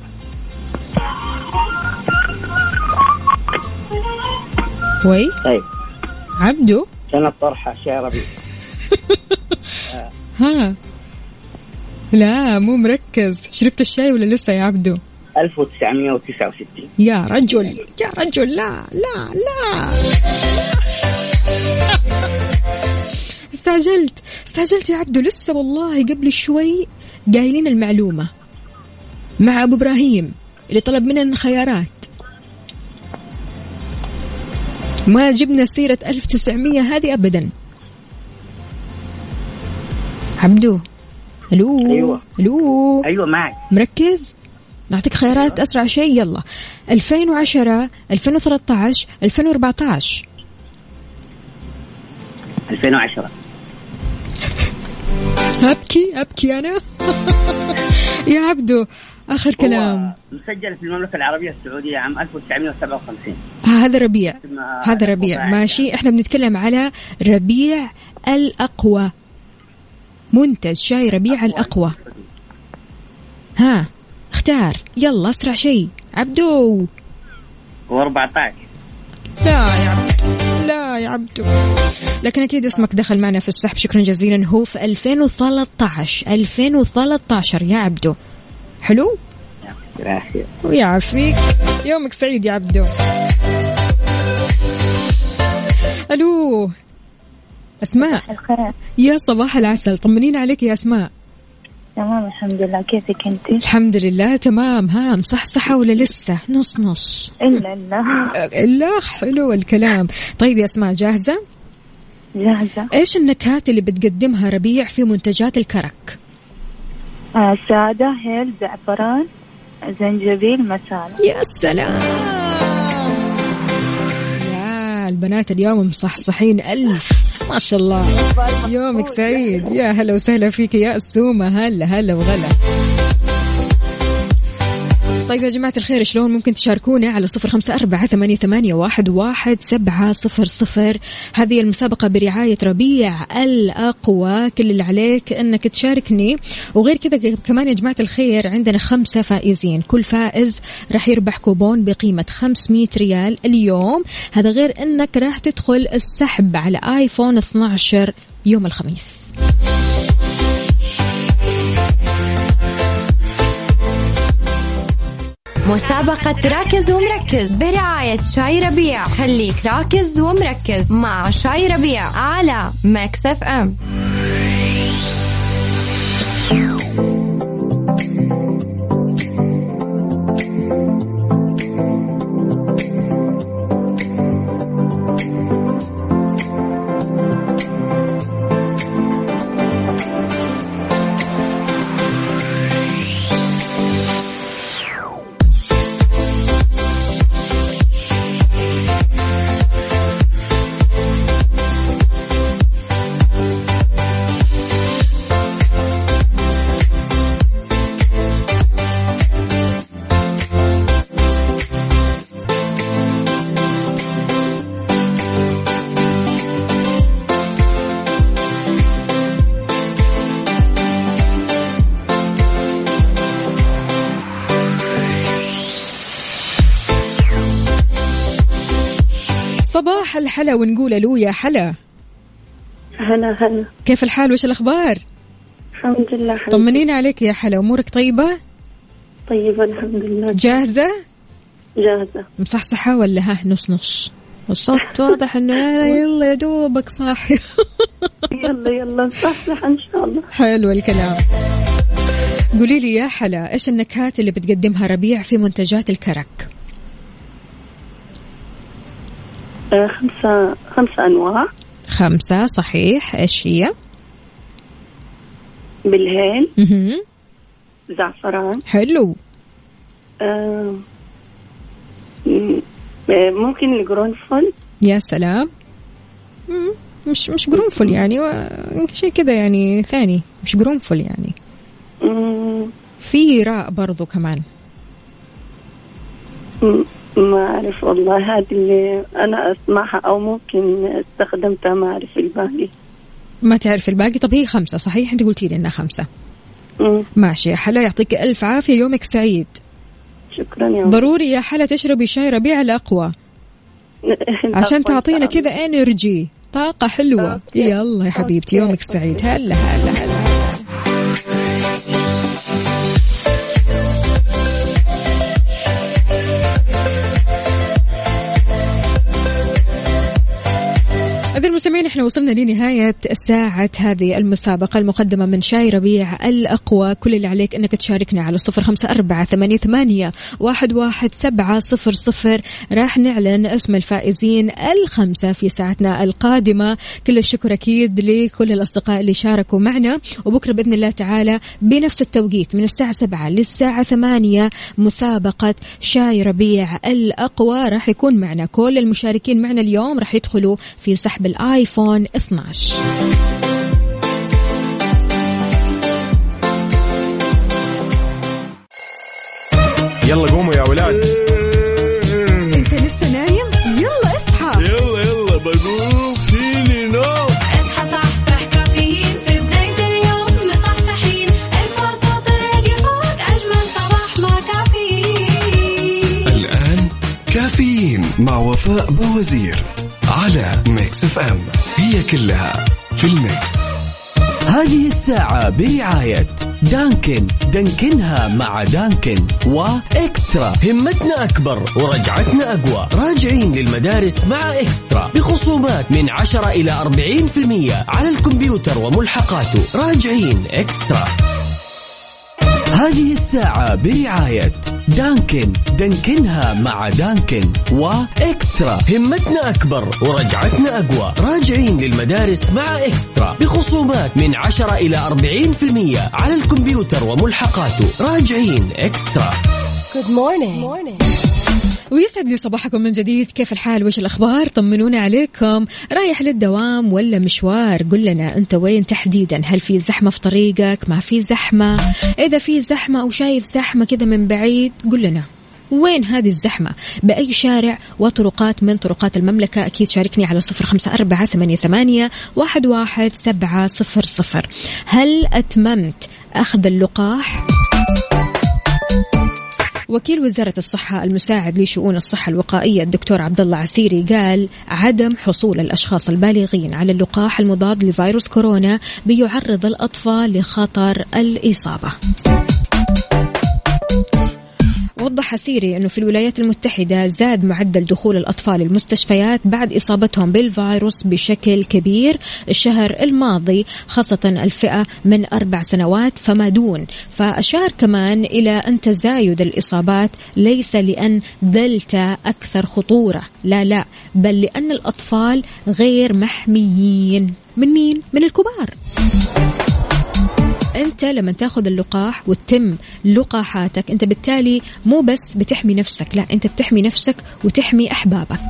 [SPEAKER 2] وي
[SPEAKER 12] طيب
[SPEAKER 2] عبدو
[SPEAKER 12] سنة طرح شاي ربيع.
[SPEAKER 2] ها لا مو مركز. شربت الشاي ولا لسه يا عبدو؟
[SPEAKER 12] ألف وتسعمائة وتسعة وستين.
[SPEAKER 2] يا رجل يا رجل لا لا لا استعجلت استعجلت يا عبدو. لسه والله قبل شوي قايلين المعلومة مع أبو إبراهيم اللي طلب مننا خيارات، ما جبنا سيرة ألف وتسعمية هذه أبدا. عبدو ألو.
[SPEAKER 12] أيوة
[SPEAKER 2] ألو
[SPEAKER 12] أيوة معك.
[SPEAKER 2] مركز؟ نعطيك خيارات. أيوة. أسرع شيء يلا. ألفين وعشرة، ألفين وثلاثة عشر، ألفين وأربعة عشر.
[SPEAKER 12] ألفين وعشرة.
[SPEAKER 2] أبكي أبكي أنا. يا عبدو آخر كلام.
[SPEAKER 12] مسجل في المملكة العربية السعودية عام ألف وتسعمائة وسبعة وخمسين.
[SPEAKER 2] هذا ربيع. هذا ربيع ماشي. احنا بنتكلم على ربيع الأقوى، منتج شاي ربيع الأقوى. ها اختار يلا أسرع شيء عبدو.
[SPEAKER 12] وأربعة عشر.
[SPEAKER 2] لا يا عبدو لا يا عبدو، لكن أكيد اسمك دخل معنا في السحب. شكرا جزيلا. هو في ألفين وثلاثة عشر. ألفين وثلاثة عشر يا عبدو. حلو ويعافيك. يومك سعيد يا عبدو. ألو أسماء. يا صباح العسل، طمنين عليك يا أسماء.
[SPEAKER 10] تمام الحمد لله، كيفك أنت؟
[SPEAKER 2] الحمد لله تمام. ها مصحصحة ولا لسه نص نص؟
[SPEAKER 10] إلا إلا
[SPEAKER 2] إلا حلو الكلام. طيب يا أسماء جاهزة؟
[SPEAKER 10] جاهزة.
[SPEAKER 2] إيش النكهات اللي بتقدمها ربيع في منتجات الكرك؟
[SPEAKER 10] آه سادة، هيل، زعفران، زنجبيل، مسالة.
[SPEAKER 2] يا سلام يا البنات، اليوم مصحصحين ألف ما شاء الله. يومك سعيد. يا هلا وسهلا فيك يا أسومة. هلا هلا وغلا. طيب يا جماعة الخير، شلون ممكن تشاركونا على صفر خمسة أربعة ثمانية ثمانية واحد واحد سبعة صفر صفر. هذه المسابقة برعاية ربيع الأقوى. كل اللي عليك أنك تشاركني، وغير كذا كمان يا جماعة الخير عندنا خمسة فائزين. كل فائز راح يربح كوبون بقيمة خمسمية ريال اليوم. هذا غير أنك راح تدخل السحب على آيفون اثني عشر يوم الخميس.
[SPEAKER 8] مسابقة راكز ومركز برعاية شاي ربيع. خليك راكز ومركز مع شاي ربيع على ميكس اف ام.
[SPEAKER 2] حل حلا ونقول ألو يا حلا.
[SPEAKER 13] هلا هلا،
[SPEAKER 2] كيف الحال وش الأخبار؟
[SPEAKER 13] الحمد لله. حمد.
[SPEAKER 2] طمنينا عليك يا حلا، أمورك طيبة؟
[SPEAKER 13] طيبة الحمد لله.
[SPEAKER 2] جاهزة؟
[SPEAKER 13] جاهزة.
[SPEAKER 2] مصحصحة ولا ها نص نص؟ الصوت واضح إنه يلا يا دوبك صاحي.
[SPEAKER 13] يلا يلا نصحصح إن شاء الله.
[SPEAKER 2] حلو الكلام. قولي لي يا حلا، إيش النكهات اللي بتقدمها ربيع في منتجات الكرك؟
[SPEAKER 13] آه خمسة خمسة أنواع.
[SPEAKER 2] خمسة صحيح. إيش هي؟
[SPEAKER 13] بالهيل.
[SPEAKER 2] اها.
[SPEAKER 13] زعفران.
[SPEAKER 2] حلو.
[SPEAKER 13] آه ممكن القرنفل.
[SPEAKER 2] يا سلام. مش مش قرنفل يعني شيء كذا يعني ثاني، مش قرنفل يعني.
[SPEAKER 13] مم.
[SPEAKER 2] في راء برضو كمان.
[SPEAKER 13] ما أعرف والله، هذه اللي أنا أسمعها أو ممكن استخدمتها، ما أعرف الباقي.
[SPEAKER 2] ما تعرف الباقي؟ طب هي خمسة صحيح، أنت قلتي لي إنها خمسة.
[SPEAKER 13] مم.
[SPEAKER 2] ماشي يا حلا، يعطيك ألف عافية، يومك سعيد.
[SPEAKER 13] شكرا يا
[SPEAKER 2] ضروري يا حلا تشربي شاي ربيع الأقوى عشان تعطينا كذا انرجي، طاقة حلوة. يلا يا حبيبتي يومك سعيد. هلا هلا هلا. إذن المستمعين احنا وصلنا لنهاية ساعة هذه المسابقة المقدمة من شاي ربيع الأقوى. كل اللي عليك انك تشاركنا على صفر خمسة أربعة ثمانية ثمانية واحد واحد سبعة صفر صفر. راح نعلن اسم الفائزين الخمسة في ساعتنا القادمة. كل الشكر أكيد لكل الأصدقاء اللي شاركوا معنا، وبكرة بإذن الله تعالى بنفس التوقيت من الساعة سبعة للساعة ثمانية مسابقة شاي ربيع الأقوى. راح يكون معنا كل المشاركين معنا اليوم، راح يدخلوا في سحب الآيفون اثني عشر.
[SPEAKER 1] يلا قوموا يا ولاد.
[SPEAKER 2] انت لسه نايم؟ يلا اصحى.
[SPEAKER 1] يلا يلا بقوم فيني نوم.
[SPEAKER 3] اصحى صحصح كافيين في بداية اليوم مصحصحين. ارفع صوت الراديو فوق أجمل صباح مع كافيين.
[SPEAKER 4] الآن كافيين مع وفاء بوزير على ميكس اف ام، هي كلها في الميكس.
[SPEAKER 5] هذه الساعة برعاية دانكن، دانكنها مع دانكن، وإكسترا همتنا أكبر ورجعتنا أقوى. راجعين للمدارس مع إكسترا بخصومات من عشرة إلى أربعين في المية على الكمبيوتر وملحقاته. راجعين إكسترا. هذه الساعة برعاية دانكن، دانكنها مع دانكن، وإكسترا همتنا أكبر ورجعتنا أقوى. راجعين للمدارس مع إكسترا بخصومات من عشرة إلى أربعين في المية على الكمبيوتر وملحقاته. راجعين إكسترا.
[SPEAKER 2] Good morning. ويسعد لي صباحكم من جديد. كيف الحال وش الأخبار؟ طمنونا عليكم. رايح للدوام ولا مشوار؟ قل لنا أنت وين تحديدا. هل في زحمة في طريقك؟ ما في زحمة؟ إذا في زحمة أو شايف زحمة كذا من بعيد قل لنا وين هذه الزحمة، بأي شارع وطرقات من طرقات المملكة. أكيد شاركني على صفر خمسة أربعة ثمانية ثمانية واحد واحد سبعة صفر صفر. هل أتممت أخذ اللقاح؟ وكيل وزارة الصحة المساعد لشؤون الصحة الوقائية الدكتور عبد الله عسيري قال عدم حصول الأشخاص البالغين على اللقاح المضاد لفيروس كورونا بيعرض الأطفال لخطر الإصابة. وضح عسيري أنه في الولايات المتحدة زاد معدل دخول الأطفال المستشفيات بعد إصابتهم بالفيروس بشكل كبير الشهر الماضي، خاصة الفئة من أربع سنوات فما دون. فأشار كمان إلى أن تزايد الإصابات ليس لأن دلتا أكثر خطورة، لا لا، بل لأن الأطفال غير محميين. من مين؟ من الكبار. أنت لما تأخذ اللقاح وتتم لقاحاتك أنت بالتالي مو بس بتحمي نفسك، لا أنت بتحمي نفسك وتحمي أحبابك.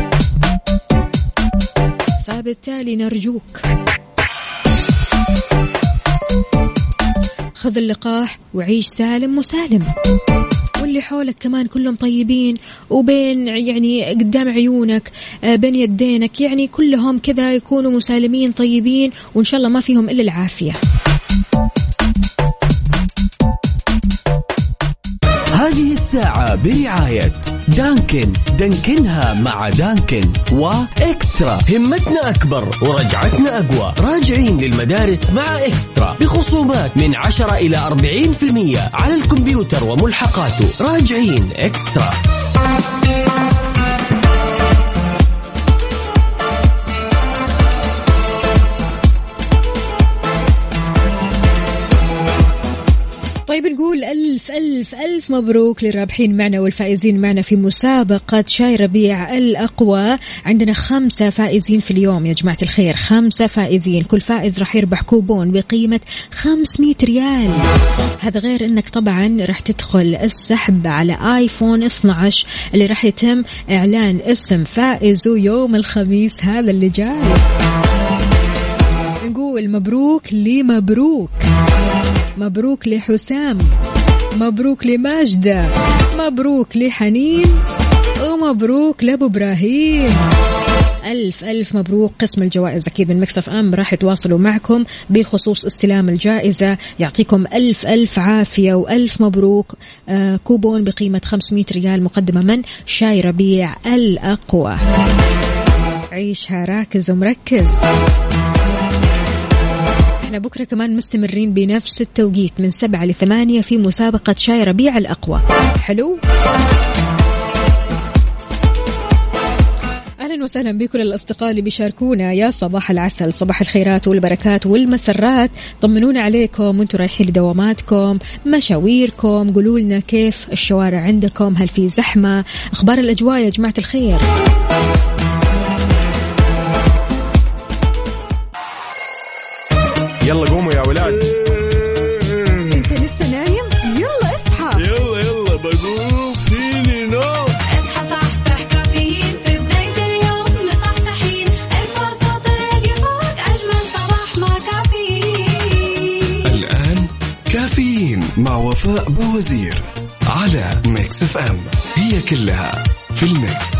[SPEAKER 2] فبالتالي نرجوك خذ اللقاح وعيش سالم مسالم. واللي حولك كمان كلهم طيبين، وبين يعني قدام عيونك بين يدينك يعني كلهم كذا يكونوا مسالمين طيبين، وإن شاء الله ما فيهم إلا العافية.
[SPEAKER 5] هذه الساعة برعاية دانكن، دانكنها مع دانكن، وإكسترا همتنا أكبر ورجعتنا أقوى. راجعين للمدارس مع إكسترا بخصومات من عشرة إلى أربعين بالمئة على الكمبيوتر وملحقاته. راجعين إكسترا.
[SPEAKER 2] طيب نقول ألف ألف ألف مبروك للرابحين معنا والفائزين معنا في مسابقة شاي ربيع الأقوى. عندنا خمسة فائزين في اليوم يا جماعة الخير، خمسة فائزين، كل فائز راح يربح كوبون بقيمة خمسمية ريال. هذا غير أنك طبعا راح تدخل السحب على آيفون اثني عشر اللي راح يتم إعلان اسم فائزه يوم الخميس هذا اللي جاي. نقول مبروك لمبروك، مبروك لحسام، مبروك لماجدة، مبروك لحنين، ومبروك لأبو إبراهيم. ألف ألف مبروك. قسم الجوائز أكيد من مكسف أم راح يتواصلوا معكم بخصوص استلام الجائزة. يعطيكم ألف ألف عافية وألف مبروك. آه كوبون بقيمة خمسمية ريال مقدمة من شاي ربيع الأقوى. عيشها راكز ومركز. احنا بكرة كمان مستمرين بنفس التوقيت من سبعة لثمانية في مسابقة شاي ربيع الأقوى. حلو؟ أهلا وسهلا بكل الأصدقاء اللي بيشاركونا. يا صباح العسل، صباح الخيرات والبركات والمسرات. طمنونا عليكم وانتم رايحين لدواماتكم، مشاويركم، قولوا لنا كيف الشوارع عندكم، هل في زحمة، أخبار الأجواء يا جماعة الخير.
[SPEAKER 1] يلا قوموا يا ولاد.
[SPEAKER 2] انت لسه نايم؟ يلا اصحى.
[SPEAKER 1] يلا يلا بقوم فيني نوم.
[SPEAKER 3] اصحى صحصح كافيين في بداية اليوم مصحصحين. ارفع صوت الراديو فوق أجمل صباح مع كافيين.
[SPEAKER 4] الآن كافيين مع وفاء بوزير على ميكس اف ام، هي كلها في الميكس.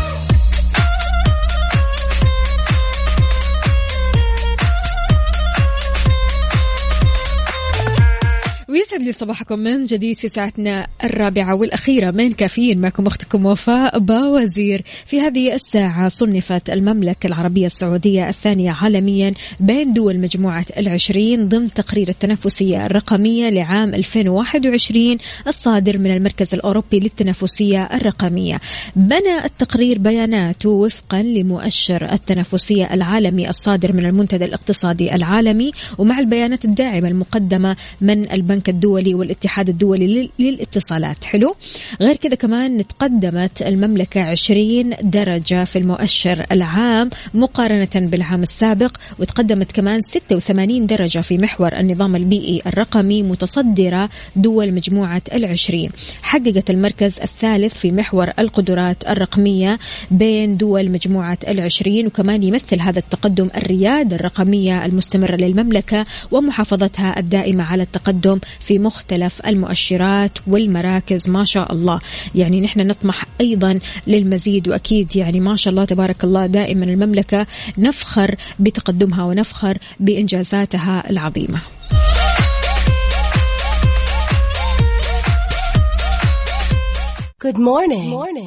[SPEAKER 2] ويسعد لي صباحكم من جديد في ساعتنا الرابعة والأخيرة من كافيين. معكم أختكم وفاء باوزير. في هذه الساعة صنفت المملكة العربية السعودية الثانية عالميا بين دول مجموعة العشرين ضمن تقرير التنافسية الرقمية لعام ألفين وواحد وعشرين الصادر من المركز الأوروبي للتنافسية الرقمية. بنى التقرير بياناته وفقا لمؤشر التنافسية العالمي الصادر من المنتدى الاقتصادي العالمي ومع البيانات الداعمة المقدمة من البنك الدولي والاتحاد الدولي للاتصالات. حلو. غير كذا كمان تقدمت المملكة عشرين درجة في المؤشر العام مقارنة بالعام السابق، وتقدمت كمان ستة وثمانين درجة في محور النظام البيئي الرقمي متصدرة دول مجموعة العشرين. حققت المركز الثالث في محور القدرات الرقمية بين دول مجموعة العشرين، وكمان يمثل هذا التقدم الريادة الرقمية المستمرة للمملكة ومحافظتها الدائمة على التقدم في مختلف المؤشرات والمراكز. ما شاء الله، يعني نحن نطمح أيضا للمزيد، وأكيد يعني ما شاء الله تبارك الله دائما المملكة نفخر بتقدمها ونفخر بإنجازاتها العظيمة.
[SPEAKER 14] Good morning. Good morning.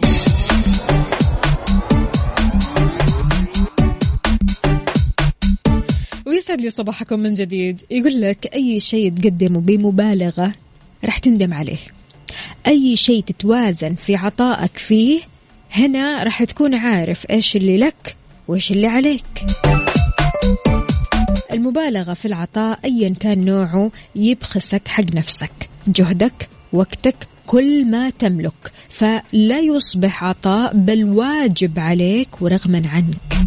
[SPEAKER 2] ويسعد لي صباحكم من جديد. يقول لك أي شيء تقدمه بمبالغة رح تندم عليه، أي شيء تتوازن في عطائك فيه هنا رح تكون عارف إيش اللي لك وإيش اللي عليك. المبالغة في العطاء أيا كان نوعه يبخسك حق نفسك، جهدك، وقتك، كل ما تملك، فلا يصبح عطاء بل واجب عليك ورغما عنك.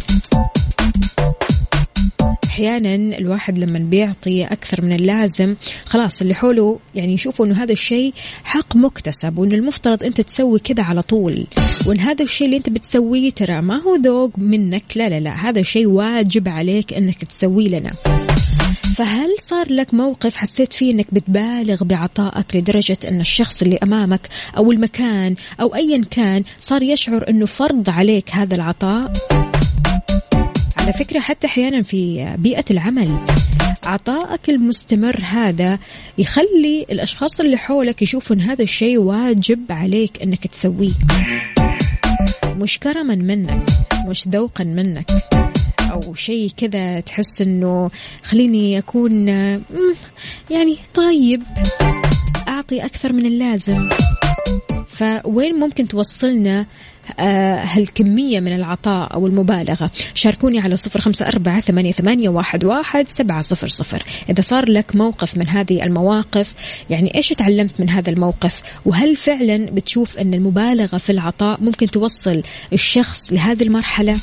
[SPEAKER 2] أحيانا الواحد لما بيعطي أكثر من اللازم خلاص اللي حوله يعني يشوفوا أنه هذا الشيء حق مكتسب، وأن المفترض أنت تسوي كده على طول، وأن هذا الشيء اللي أنت بتسويه ترى ما هو ذوق منك، لا لا لا، هذا شيء واجب عليك أنك تسويه لنا. فهل صار لك موقف حسيت فيه أنك بتبالغ بعطائك لدرجة أن الشخص اللي أمامك أو المكان أو أيا كان صار يشعر أنه فرض عليك هذا العطاء؟ على فكرة حتى أحيانا في بيئة العمل عطائك المستمر هذا يخلي الأشخاص اللي حولك يشوفوا أن هذا الشيء واجب عليك أنك تسويه، مش كرما منك، مش ذوقا منك، أو شيء كذا تحس أنه خليني أكون يعني طيب أعطي أكثر من اللازم. فوين ممكن توصلنا هالكمية من العطاء أو المبالغة؟ شاركوني على صفر خمسة أربعة ثمانية ثمانية واحد واحد سبعة صفر صفر. إذا صار لك موقف من هذه المواقف، يعني إيش تعلمت من هذا الموقف؟ وهل فعلا بتشوف أن المبالغة في العطاء ممكن توصل الشخص لهذه المرحلة؟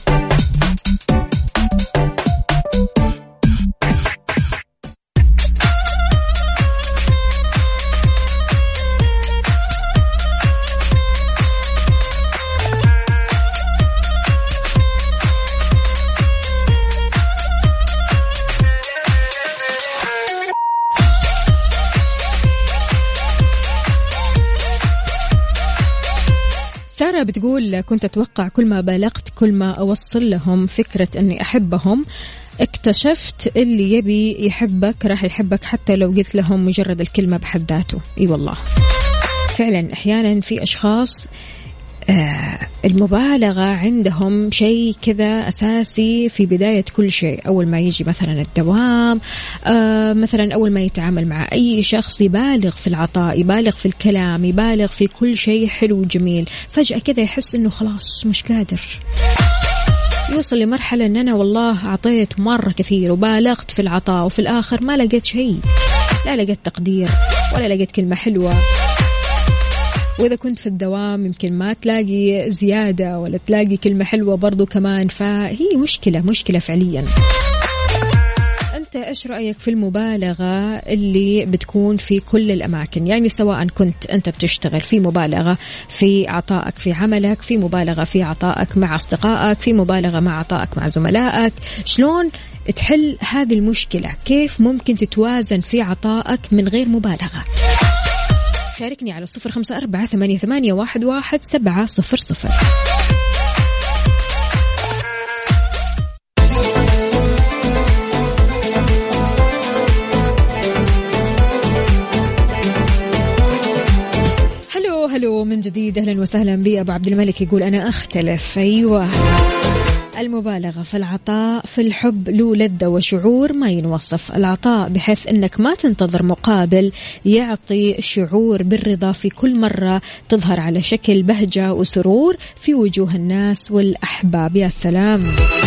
[SPEAKER 2] سارة بتقول كنت أتوقع كل ما بالغت كل ما أوصل لهم فكرة أني أحبهم، اكتشفت اللي يبي يحبك راح يحبك حتى لو قلت لهم مجرد الكلمة بحد ذاته. اي والله فعلا أحيانا في أشخاص آه المبالغة عندهم شيء كذا أساسي في بداية كل شيء. أول ما يجي مثلا الدوام، آه مثلا أول ما يتعامل مع أي شخص يبالغ في العطاء، يبالغ في الكلام، يبالغ في كل شيء حلو وجميل. فجأة كذا يحس إنه خلاص مش قادر، يوصل لمرحلة إن أنا والله أعطيت مرة كثير وبالغت في العطاء وفي الآخر ما لقيت شيء، لا لقيت تقدير ولا لقيت كلمة حلوة. وإذا كنت في الدوام يمكن ما تلاقي زيادة ولا تلاقي كلمة حلوة برضو كمان. فهي مشكلة مشكلة فعليا. أنت إيش رأيك في المبالغة اللي بتكون في كل الأماكن؟ يعني سواء كنت أنت بتشتغل، في مبالغة في عطائك في عملك، في مبالغة في عطائك مع أصدقائك، في مبالغة مع عطائك مع زملائك. شلون تحل هذه المشكلة؟ كيف ممكن تتوازن في عطائك من غير مبالغة؟ شاركني على صفر خمسة أربعة ثمانية ثمانية واحد واحد سبعة صفر صفر. هلو هلو من جديد، أهلا وسهلا بي. أبو عبد الملك يقول أنا أختلف. أيوة، المبالغة في العطاء في الحب له لذة وشعور ما ينوصف. العطاء بحيث أنك ما تنتظر مقابل يعطي شعور بالرضا في كل مرة تظهر على شكل بهجة وسرور في وجوه الناس والأحباب. يا سلام.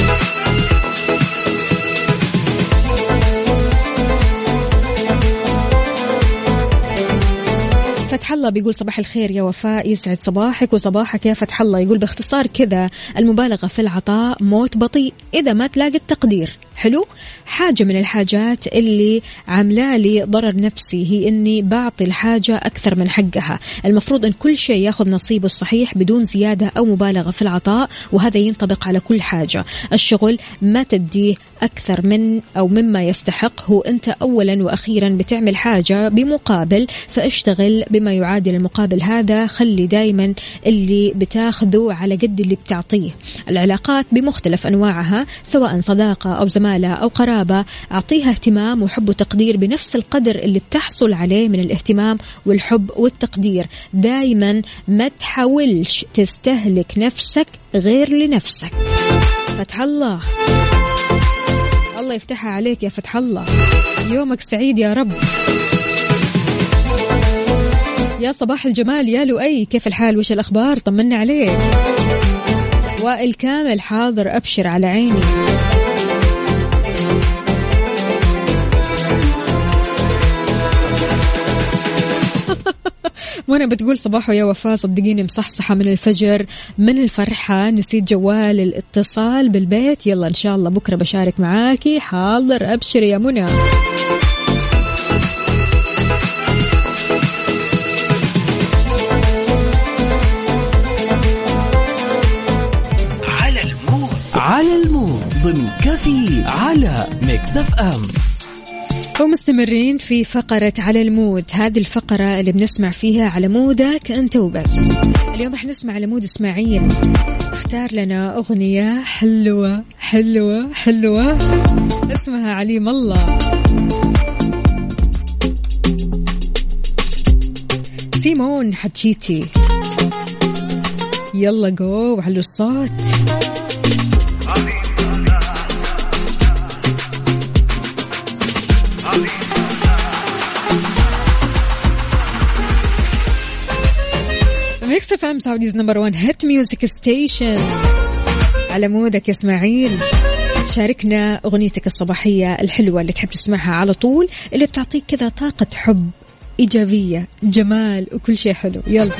[SPEAKER 2] فتح الله بيقول صباح الخير يا وفاء، يسعد صباحك وصباحك يا فتح الله. يقول باختصار كذا المبالغة في العطاء موت بطيء إذا ما تلاقي التقدير. حلو. حاجة من الحاجات اللي عاملة لي ضرر نفسي هي إني بعطي الحاجة أكثر من حقها. المفروض إن كل شيء ياخذ نصيبه الصحيح بدون زيادة أو مبالغة في العطاء، وهذا ينطبق على كل حاجة. الشغل ما تديه أكثر من أو مما يستحق. هو أنت أولا وأخيرا بتعمل حاجة بمقابل، فاشتغل بما يعادل المقابل هذا. خلي دايما اللي بتاخذه على قد اللي بتعطيه. العلاقات بمختلف أنواعها سواء صداقة أو زمالة أو قرابة، أعطيها اهتمام وحب وتقدير بنفس القدر اللي بتحصل عليه من الاهتمام والحب والتقدير. دايما ما تحاولش تستهلك نفسك غير لنفسك. فتح الله، الله يفتحها عليك يا فتح الله. يومك سعيد يا رب. يا صباح الجمال يا لؤي، كيف الحال وش الأخبار؟ طمنا عليك. وائل كامل حاضر أبشر على عيني. وانا بتقول صباحو يا وفاء، صدقيني مصحصحة من الفجر من الفرحة، نسيت جوال الاتصال بالبيت. يلا ان شاء الله بكرة بشارك معاكي. حاضر أبشر يا منى.
[SPEAKER 5] على المود على المود ضمن كفي على ميكس اف ام.
[SPEAKER 2] ومستمرين في فقرة على المود، هذه الفقرة اللي بنسمع فيها على مودك أنت وبس. اليوم رح نسمع على مود إسماعيل. اختار لنا أغنية حلوة حلوة حلوة اسمها عليم الله. سيمون حتشيتي. يلا جو وعلو الصوت. ميكس اف ام سعوديز نمبر وان هيت ميوزك ستيشن. على مودك يا اسماعيل. شاركنا أغنيتك الصباحية الحلوة اللي تحب تسمعها على طول، اللي بتعطيك كذا طاقة حب إيجابية جمال وكل شيء حلو. يلا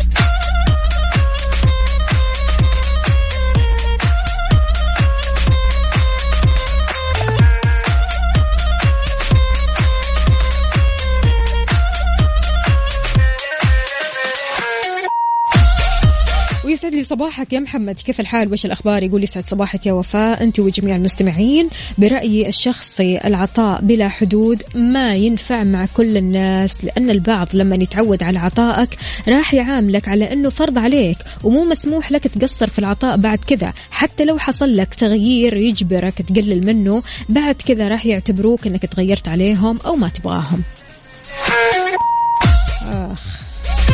[SPEAKER 2] يسعد لي صباحك يا محمد، كيف الحال وش الأخبار؟ يقول يسعد صباحك يا وفاء أنت وجميع المستمعين. برأيي الشخصي العطاء بلا حدود ما ينفع مع كل الناس، لأن البعض لما يتعود على عطائك راح يعاملك على أنه فرض عليك ومو مسموح لك تقصر في العطاء بعد كذا. حتى لو حصل لك تغيير يجبرك تقلل منه، بعد كذا راح يعتبروك أنك تغيرت عليهم أو ما تبغاهم. آخ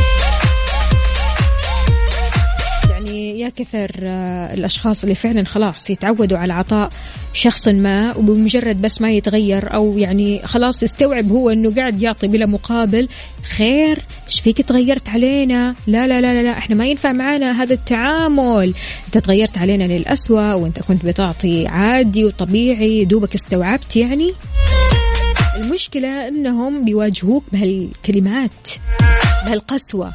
[SPEAKER 2] يا كثر الأشخاص اللي فعلا خلاص يتعودوا على عطاء شخص ما، وبمجرد بس ما يتغير أو يعني خلاص يستوعب هو أنه قاعد يعطي بلا مقابل، خير إيش فيك تغيرت علينا؟ لا لا لا لا إحنا ما ينفع معانا هذا التعامل، أنت تغيرت علينا للأسوأ وأنت كنت بتعطي عادي وطبيعي دوبك استوعبت. يعني المشكلة أنهم بيواجهوك بهالكلمات بهالقسوة.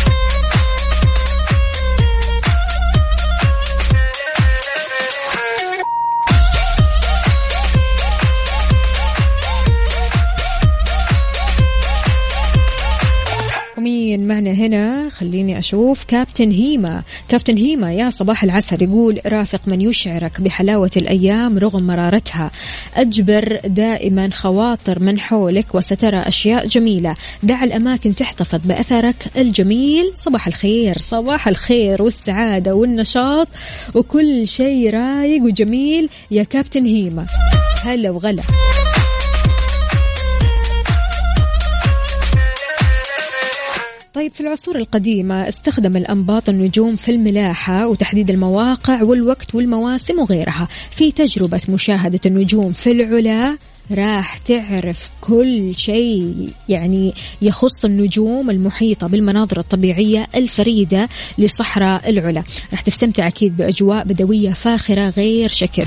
[SPEAKER 2] مين معنا هنا؟ خليني أشوف. كابتن هيما. كابتن هيما يا صباح العسل. يقول رافق من يشعرك بحلاوة الأيام رغم مرارتها، أجبر دائما خواطر من حولك وسترى أشياء جميلة، دع الأماكن تحتفظ بأثرك الجميل. صباح الخير، صباح الخير والسعادة والنشاط وكل شيء رايق وجميل يا كابتن هيما. هلا وغلا. طيب في العصور القديمة استخدم الأنباط النجوم في الملاحة وتحديد المواقع والوقت والمواسم وغيرها. في تجربة مشاهدة النجوم في العلا راح تعرف كل شيء يعني يخص النجوم المحيطة بالمناظر الطبيعية الفريدة لصحراء العلا. راح تستمتع أكيد بأجواء بدوية فاخرة غير شكل.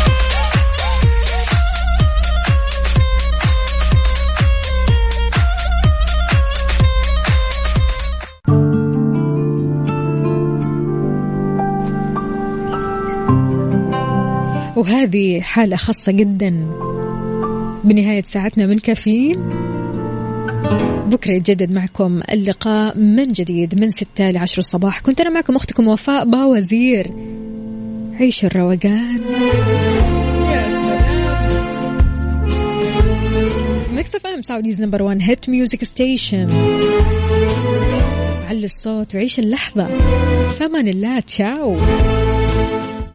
[SPEAKER 2] وهذه حالة خاصة جدا بنهاية ساعتنا من كافيين. بكرة يتجدد معكم اللقاء من جديد من ستة لعشر الصباح. كنت أنا معكم أختكم وفاء باوزير. عيش الروقان. ميكس اف ام سعوديز نمبر وان هيت ميوزك ستيشن. علي الصوت وعيش اللحظة. فمن الله. تشاو.